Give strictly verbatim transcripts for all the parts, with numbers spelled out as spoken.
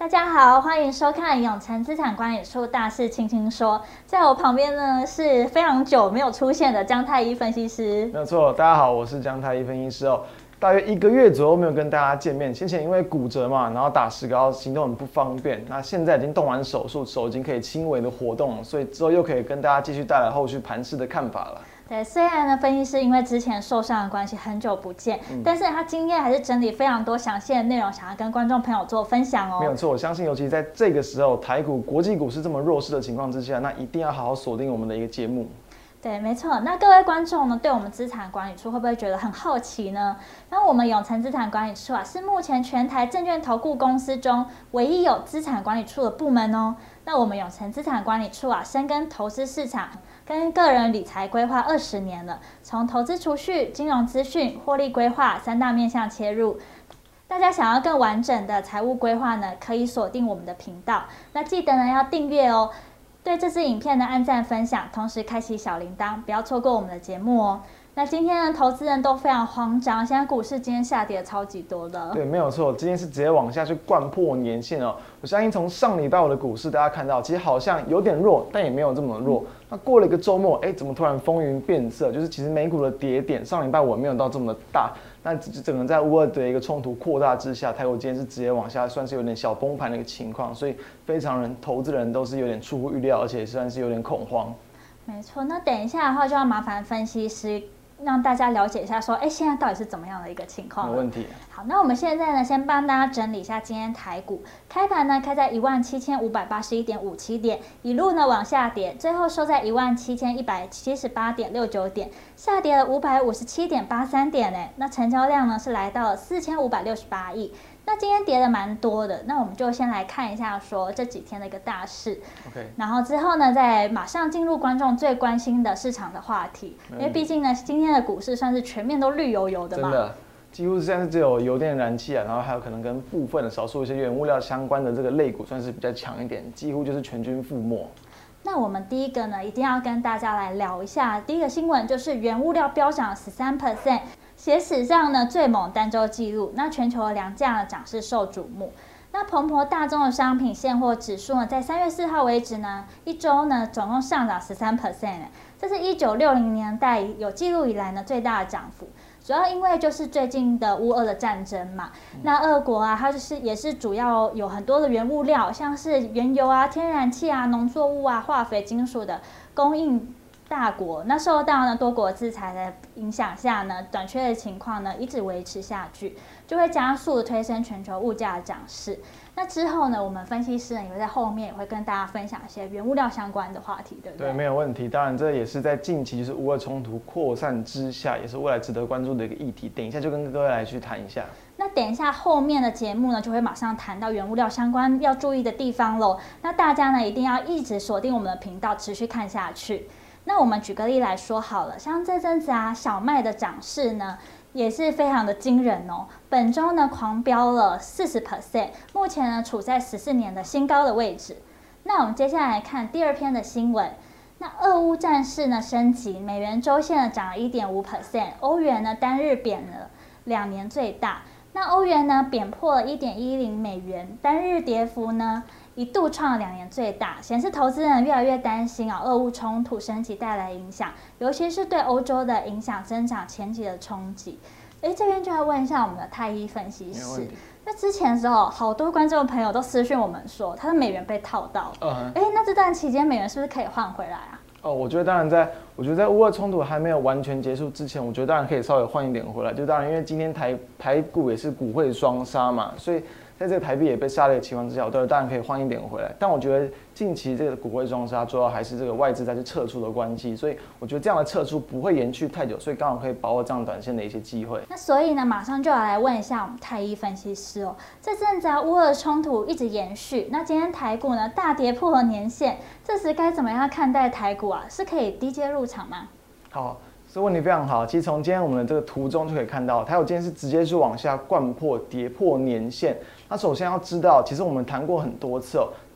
大家好，欢迎收看永诚资产管理处大事轻轻说。在我旁边呢是非常久没有出现的江太一分析师。 没有错，大家好，我是江太一分析师哦。大约一个月左右没有跟大家见面，先前因为骨折嘛，然后打石膏，行动很不方便。那现在已经动完手术，手已经可以轻微的活动了，所以之后又可以跟大家继续带来后续盘势的看法了。 对，虽然呢，分析师因为之前受伤的关系很久不见，嗯、但是他今天还是整理非常多详细的内容，想要跟观众朋友做分享哦。 没有错，我相信尤其在这个时候，台股、国际股市这么弱势的情况之下，那一定要好好锁定我们的一个节目。 对，没错。那各位观众呢，对我们资产管理处会不会觉得很好奇呢？那我们永诚资产管理处啊，是目前全台证券投顾公司中唯一有资产管理处的部门哦。那我们永诚资产管理处啊，深耕投资市场跟个人理财规划二十年了，从投资储蓄、金融资讯、获利规划三大面向切入。大家想要更完整的财务规划呢，可以锁定我们的频道。那记得呢要订阅哦。对这支影片的按赞分享，同时开启小铃铛，不要错过我们的节目哦。那今天的投资人都非常慌张，现在股市今天下跌超级多的。 对，没有错，今天是直接往下去灌破年线哦。我相信从上礼拜五的股市，大家看到其实好像有点弱，但也没有这么弱。嗯、那过了一个周末，哎，怎么突然风云变色？就是其实美股的跌点，上礼拜五没有到这么的大。那整个在乌俄的一个冲突扩大之下，台股今天是直接往下，算是有点小崩盘的一个情况，所以非常人投资人都是有点出乎预料，而且算是有点恐慌。 没错，那等一下的话就要麻烦分析师让大家了解一下，说，哎，现在到底是怎么样的一个情况？ 没问题。 好，那我们现在呢，先帮大家整理一下今天台股开盘呢，开在一万七千五百八十一点五七点，一路呢往下跌，最后收在一万七千一百七十八点六九点，下跌了五百五十七点八三点呢。那成交量呢是来到了四千五百六十八亿。那今天跌的蛮多的，那我们就先来看一下说这几天的一个大事 ，OK， 然后之后呢，再马上进入观众最关心的市场的话题，因为毕竟呢，今天的股市算是全面都绿油油的嘛， 真的，几乎现在是只有油电燃气啊，然后还有可能跟部分的少数一些原物料相关的这个类股算是比较强一点，几乎就是全军覆没。 那我们第一个呢，一定要跟大家来聊一下，第一个新闻就是原物料飙涨 百分之十三。写史上呢最猛单周纪录，那全球的粮价的涨势受瞩目。那彭博大宗的商品现货指数呢，在三月四号为止呢，一周呢总共上涨 百分之十三， 这是一九六零年代有记录以来呢最大的涨幅。主要因为就是最近的乌俄的战争嘛，那俄国啊，它就是也是主要有很多的原物料，像是原油啊、天然气啊、农作物啊、化肥、金属的供应大国，那受到呢多国制裁的影响下呢，短缺的情况呢一直维持下去，就会加速推升全球物价的涨势。那之后呢，我们分析师呢也会在后面也会跟大家分享一些原物料相关的话题，对不对？ 对，没有问题。当然，这也是在近期就是乌俄冲突扩散之下，也是未来值得关注的一个议题。等一下就跟各位来去谈一下。 那等一下后面的节目呢，就会马上谈到原物料相关要注意的地方喽。那大家呢一定要一直锁定我们的频道，持续看下去。那我们举个例来说好了，像这阵子啊，小麦的涨势呢也是非常的惊人哦。本周呢狂飙了 百分之四十， 目前呢处在十四年的新高的位置。那我们接下来看第二篇的新闻。那俄乌战事呢升级，美元周线呢涨了 百分之一点五， 欧元呢单日贬了两年最大。那欧元呢贬破了 一点一零美元，单日跌幅呢一度创了两年最大，显示投资人越来越担心啊，俄乌冲突升级带来影响，尤其是对欧洲的影响增长前期的冲击。哎，这边就要问一下我们的太一分析师，那之前的时候，好多观众朋友都私讯我们说，他的美元被套到，哎、uh ， huh. 那这段期间美元是不是可以换回来啊？ 哦，我觉得当然在，我觉得在乌俄冲突还没有完全结束之前，我觉得当然可以稍微换一点回来。就当然，因为今天台台股也是股汇双杀嘛，所以在这个台币也被杀的情况之下，我当然可以换一点回来。但我觉得近期这个股汇双杀主要还是这个外资在去撤出的关系，所以我觉得这样的撤出不会延续太久，所以刚好可以把握这样短线的一些机会。 那所以呢，马上就要来问一下我们太一分析师哦，这阵子啊乌俄冲突一直延续，那今天台股呢大跌破了年线，这时该怎么样看待台股啊？是可以低阶入场吗？ 好。这问题非常好，其实从今天我们的这个图中就可以看到，台股今天是直接是往下灌破、跌破年线。那首先要知道，其实我们谈过很多次哦，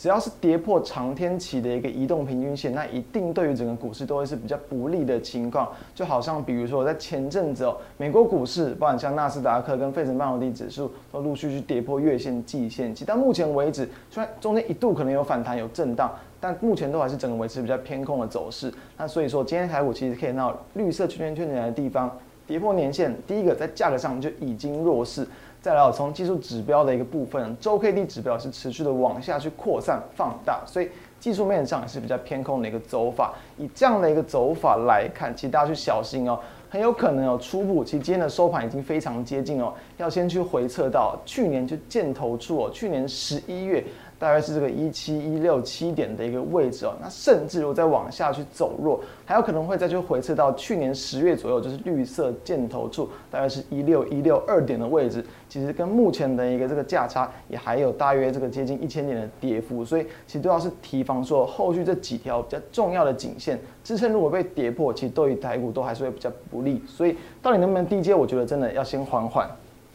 只要是跌破长天期的一个移动平均线，那一定对于整个股市都会是比较不利的情况。就好像比如说在前阵子哦，美国股市，包含像纳斯达克跟费城半导体指数都陆续去跌破月线、季线，其实到目前为止，虽然中间一度可能有反弹、有震荡，但目前都还是整个维持比较偏空的走势。那所以说，今天台股其实可以看到绿色圈圈圈起来的地方。跌破年线，第一个在价格上就已经弱势，再来从技术指标的一个部分，周 K D 指标是持续的往下去扩散放大，所以技术面上也是比较偏空的一个走法。以这样的一个走法来看，其实大家去小心哦，很有可能有初步，其实今天的收盘已经非常接近哦，要先去回测到去年就箭头处哦，去年十一月。大概是这个一七一六七点的一个位置哦，那甚至如果再往下去走弱，还有可能会再去回测到去年十月左右，就是绿色箭头处，大概是一六一六二点的位置。其实跟目前的一个这个价差也还有大约这个接近一千点的跌幅，所以其实都要是提防说后续这几条比较重要的颈线支撑如果被跌破，其实对于台股都还是会比较不利。所以到底能不能低接，我觉得真的要先缓缓。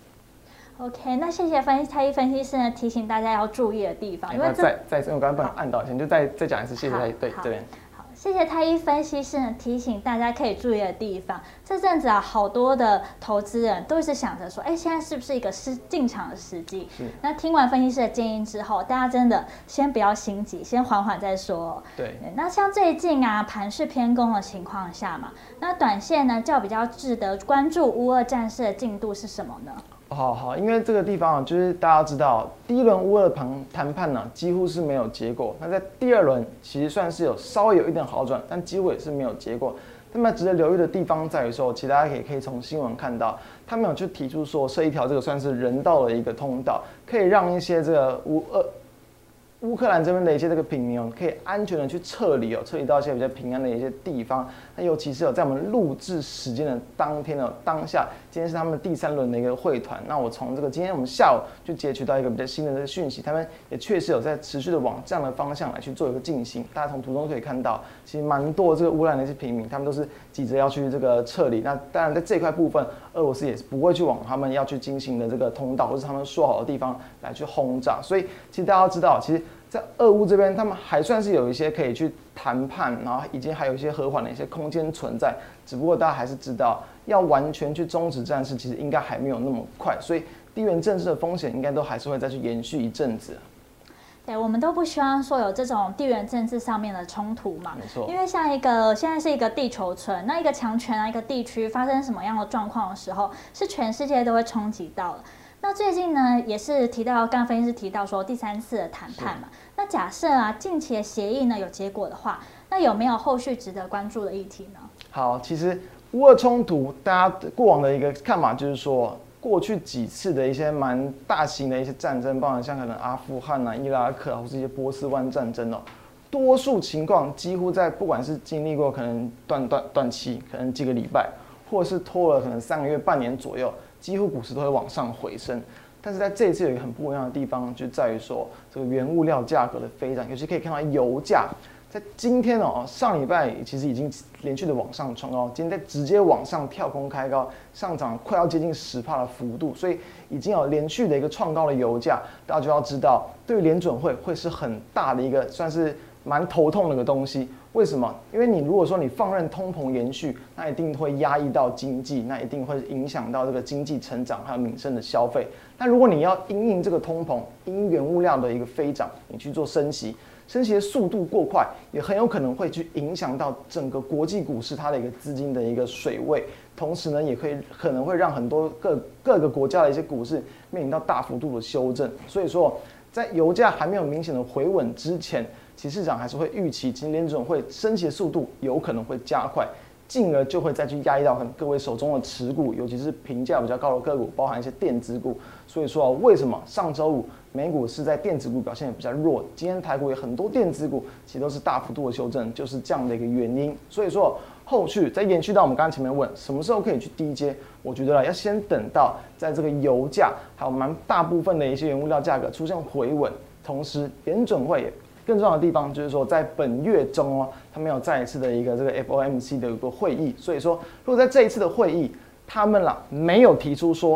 OK， 那谢谢分析太一分析师呢提醒大家要注意的地方，因为再再，因为我刚刚帮你按到，先就再再讲一次，谢谢太一，对这边。 好，谢谢太一分析师呢提醒大家可以注意的地方。这阵子啊，好多的投资人都是想着说，哎，现在是不是一个是进场的时机？那听完分析师的建议之后，大家真的先不要心急，先缓缓再说。 对。 那像最近啊，盘势偏攻的情况下嘛，那短线呢，较比较值得关注乌俄战事的进度是什么呢？ 好好，因为这个地方啊，就是大家知道，第一轮乌俄谈谈判呢，几乎是没有结果。那在第二轮，其实算是有稍微有一点好转，但几乎也是没有结果。那么值得留意的地方在于说，其实大家也可以从新闻看到，他们有去提出说，设一条这个算是人道的一个通道，可以让一些这个乌俄。乌克兰这边的一些这个平民哦，可以安全的去撤离哦，撤离到一些比较平安的一些地方。那尤其是有在我们录制时间的当天的当下，今天是他们第三轮的一个会团。那我从这个今天我们下午就截取到一个比较新的这个讯息，他们也确实有在持续的往这样的方向来去做一个进行。大家从图中可以看到，其实蛮多这个乌克兰的一些平民，他们都是急着要去这个撤离。那当然在这块部分，俄罗斯也是不会去往他们要去进行的这个通道，或是他们说好的地方来去轰炸。所以其实大家要知道，其实。在俄乌这边，他们还算是有一些可以去谈判，然后已经还有一些和缓的一些空间存在。只不过大家还是知道，要完全去终止战事，其实应该还没有那么快。所以地缘政治的风险应该都还是会再去延续一阵子。 对，我们都不希望说有这种地缘政治上面的冲突嘛。 没错。 因为像一个现在是一个地球村，那一个强权啊，一个地区发生什么样的状况的时候，是全世界都会冲击到的。那最近呢，也是提到，刚刚分析师提到说第三次的谈判嘛。那假设啊，近期的协议呢有结果的话，那有没有后续值得关注的议题呢？ 好，其实乌俄冲突，大家过往的一个看法就是说，过去几次的一些蛮大型的一些战争，包含像可能阿富汗啊、伊拉克啊，或是一些波斯湾战争哦，多数情况几乎在不管是经历过可能短短短期，可能几个礼拜，或是拖了可能三个月、半年左右。几乎股市都会往上回升，但是在这一次有一个很不一样的地方，就在于说这个原物料价格的飞涨，尤其可以看到油价在今天哦，上礼拜其实已经连续的往上冲高，今天在直接往上跳空开高，上涨快要接近十趴的幅度，所以已经有连续的一个创高的油价，大家就要知道，对于联准会会是很大的一个算是蛮头痛的一个东西。为什么？因为你如果说你放任通膨延续，那一定会压抑到经济，那一定会影响到这个经济成长还有民生的消费。那如果你要因应这个通膨，因原物料的一个飞涨，你去做升息，升息的速度过快，也很有可能会去影响到整个国际股市它的一个资金的一个水位，同时呢，也可以可能会让很多各各个国家的一些股市面临到大幅度的修正。所以说，在油价还没有明显的回稳之前，其实市场还是会预期，今年联准会升息的速度有可能会加快，进而就会再去压抑到可能各位手中的持股，尤其是评价比较高的个股，包含一些电子股。所以说，为什么上周五美股是在电子股表现也比较弱？今天台股也很多电子股其实都是大幅度的修正，就是这样的一个原因。所以说，后续再延续到我们刚刚前面问，什么时候可以去低接？我觉得啦，要先等到在这个油价还有蛮大部分的一些原物料价格出现回稳，同时联准会也。更重要的地方就是说，在本月中哦，他们有再一次的一个这个 F O M C 的一个会议，所以说，如果在这一次的会议，他们啦没有提出说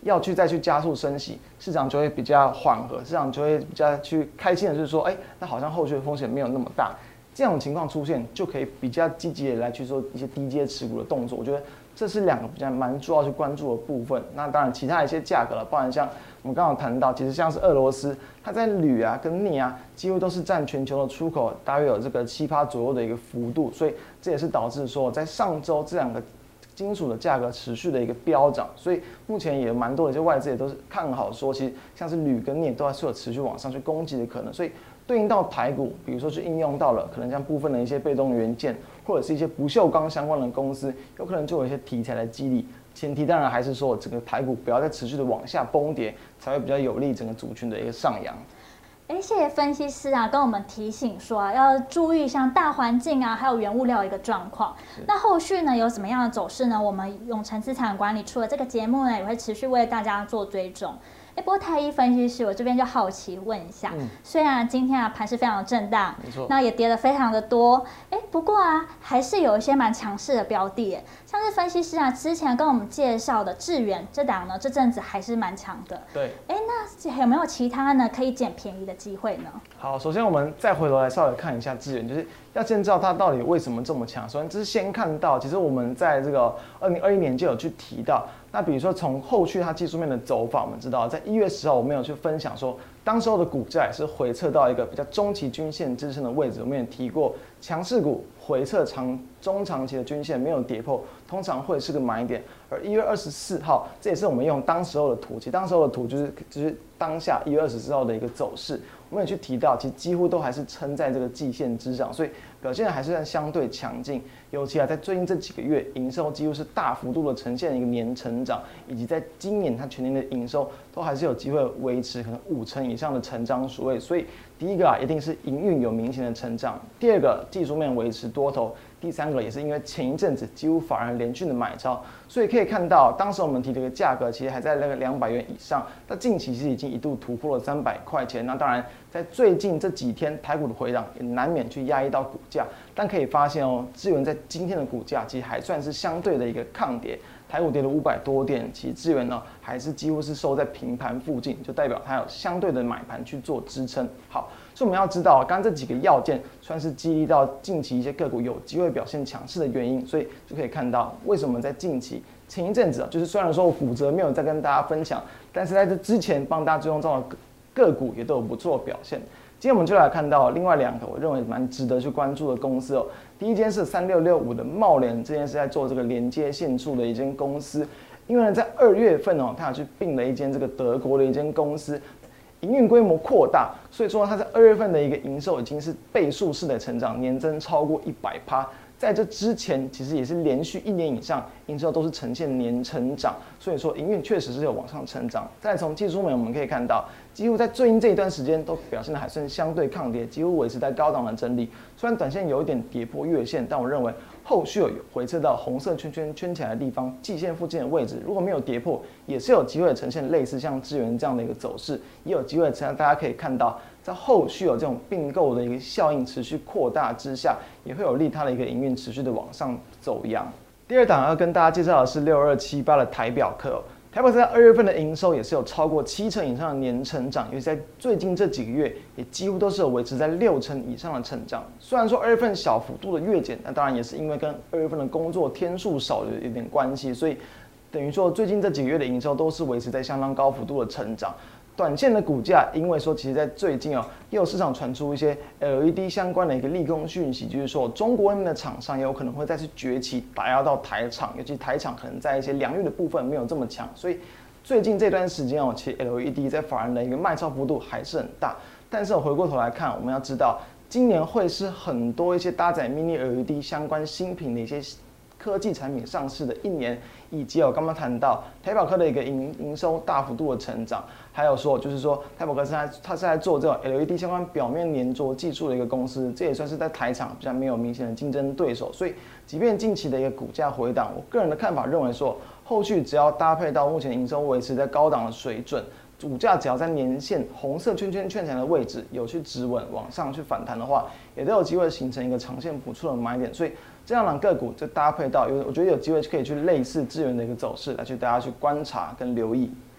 要去再去加速升息，市场就会比较缓和，市场就会比较去开心的就是说，哎，那好像后续的风险没有那么大。这种情况出现，就可以比较积极的来去做一些低阶持股的动作。我觉得这是两个比较蛮重要去关注的部分。那当然，其他一些价格了，包含像我们刚刚谈到，其实像是俄罗斯，它在铝啊跟镍啊，几乎都是占全球的出口大约有这个七趴左右的一个幅度，所以这也是导致说在上周这两个金属的价格持续的一个飙涨，所以目前也蛮多的一些外资也都是看好说，其实像是铝跟镍都还是有持续往上去攻击的可能，所以对应到台股，比如说去应用到了可能像部分的一些被动元件，或者是一些不锈钢相关的公司，有可能就有一些题材的激励。前提当然还是说整个台股不要再持续的往下崩跌，才会比较有利整个族群的一个上扬。 哎，谢谢分析师啊，跟我们提醒说啊，要注意像大环境啊，还有原物料一个状况。那后续呢有什么样的走势呢？我们永诚资产管理出了这个节目呢，也会持续为大家做追踪。哎，不过太一分析师，我这边就好奇问一下，嗯、虽然今天啊盘势非常的震荡， 没错， 那也跌得非常的多，哎，不过啊还是有一些蛮强势的标的，像是分析师啊之前跟我们介绍的智原这档呢，这阵子还是蛮强的。 对， 哎，那有没有其他呢可以捡便宜的机会呢？ 好，首先我们再回头来稍微看一下智原，就是要先知道它到底为什么这么强。首先，这是先看到，其实我们在这个二零二一年就有去提到。那比如说从后续它技术面的走法，我们知道在一月十号我们有去分享说，当时候的股价也是回撤到一个比较中期均线支撑的位置。我们也提过，强势股回撤长中长期的均线没有跌破，通常会是个买点。而一月二十四号，这也是我们用当时候的图，其实当时候的图就是就是当下一月二十四号的一个走势。我们也去提到，其实几乎都还是撑在这个季线之上，所以表现还是算相对强劲。尤其啊，在最近这几个月，营收几乎是大幅度的呈现一个年成长，以及在今年它全年的营收都还是有机会维持可能五成以上的成长数位。所以第一个啊，一定是营运有明显的成长；第二个，技术面维持多头；第三个也是因为前一阵子几乎法人连续的买超，所以可以看到，当时我们提的一个价格其实还在那个两百元以上，那近期其实已经一度突破了三百块钱。那当然，在最近这几天台股的回档也难免去压抑到股价，但可以发现哦，智原在今天的股价其实还算是相对的一个抗跌，台股跌了五百多点，其实智原呢还是几乎是收在平盘附近，就代表它有相对的买盘去做支撑。好，所以我们要知道，刚刚这几个要件算是激励到近期一些个股有机会表现强势的原因，所以就可以看到为什么在近期前一阵子啊，就是虽然说我骨折没有再跟大家分享，但是在这之前帮大家追踪到的个股也都有不错的表现。今天我们就来看到另外两个我认为蛮值得去关注的公司哦。第一间是三六六五的茂联，这间是在做这个连接线束的一间公司。因为呢，在二月份哦，它有去并了一间这个德国的一间公司，营运规模扩大，所以说它在二月份的一个营收已经是倍数式的成长，年增超过一百趴。在这之前，其实也是连续一年以上营收都是呈现年成长，所以说营运确实是有往上成长。再来从技术面我们可以看到，几乎在最近这一段时间都表现的还算相对抗跌，几乎维持在高档的整理。虽然短线有一点跌破月线，但我认为后续有回撤到红色圈圈圈起来的地方，季线附近的位置，如果没有跌破，也是有机会呈现类似像智原这样的一个走势，也有机会呈现大家可以看到。在后续有这种并购的一个效应持续扩大之下，也会有利它的一个营运持续的往上走扬。第二档要跟大家介绍的是六二七八的台表科、哦，台表科在二月份的营收也是有超过七成以上的年成长，尤其在最近这几个月也几乎都是有维持在六成以上的成长。虽然说二月份小幅度的月减，那当然也是因为跟二月份的工作天数少有点关系，所以等于说最近这几个月的营收都是维持在相当高幅度的成长。短线的股价，因为说其实在最近哦，也有市场传出一些 L E D 相关的一个利空讯息，就是说中国那边的厂商也有可能会再次崛起，打压到台厂，尤其台厂可能在一些良率的部分没有这么强，所以最近这段时间哦，其实 L E D 在法人的一个卖超幅度还是很大。但是回过头来看，我们要知道，今年会是很多一些搭载 Mini L E D 相关新品的一些科技产品上市的一年，以及我刚刚谈到台表科的一个营营收大幅度的成长，还有说就是说台表科是在它是在做这种 L E D 相关表面粘着技术的一个公司，这也算是在台厂比较没有明显的竞争对手，所以即便近期的一个股价回档，我个人的看法认为说，后续只要搭配到目前营收维持在高档的水准，股价只要在年线红色圈圈圈起来的位置有去止稳往上去反弹的话，也都有机会形成一个长线不错的买点，所以这样的个股就搭配到有，我觉得有机会可以去类似智原的一个走势来去大家去观察跟留意。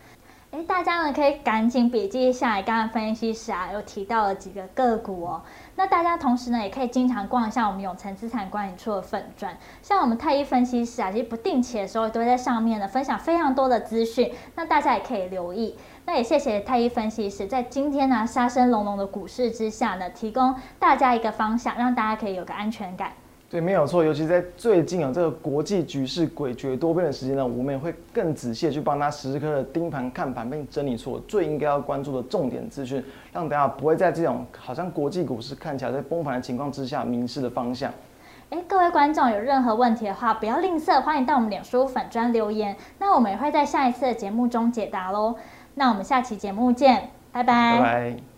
哎，大家呢可以赶紧笔记下来，刚刚分析师啊有提到了几个个股哦。那大家同时呢也可以经常逛一下我们永诚资产管理处的粉专，像我们太一分析师啊，其实不定期的时候都会在上面呢分享非常多的资讯，那大家也可以留意。那也谢谢太一分析师在今天呢杀声隆隆的股市之下呢，提供大家一个方向，让大家可以有个安全感。 对，没有错，尤其在最近啊，这个国际局势诡谲多变的时间呢，我们也会更仔细的去帮他时时刻刻盯盘看盘，并整理出最应该要关注的重点资讯，让大家不会在这种好像国际股市看起来在崩盘的情况之下迷失的方向。 哎，各位观众有任何问题的话，不要吝啬，欢迎到我们脸书粉专留言，那我们也会在下一次的节目中解答喽。那我们下期节目见，拜拜。 拜拜。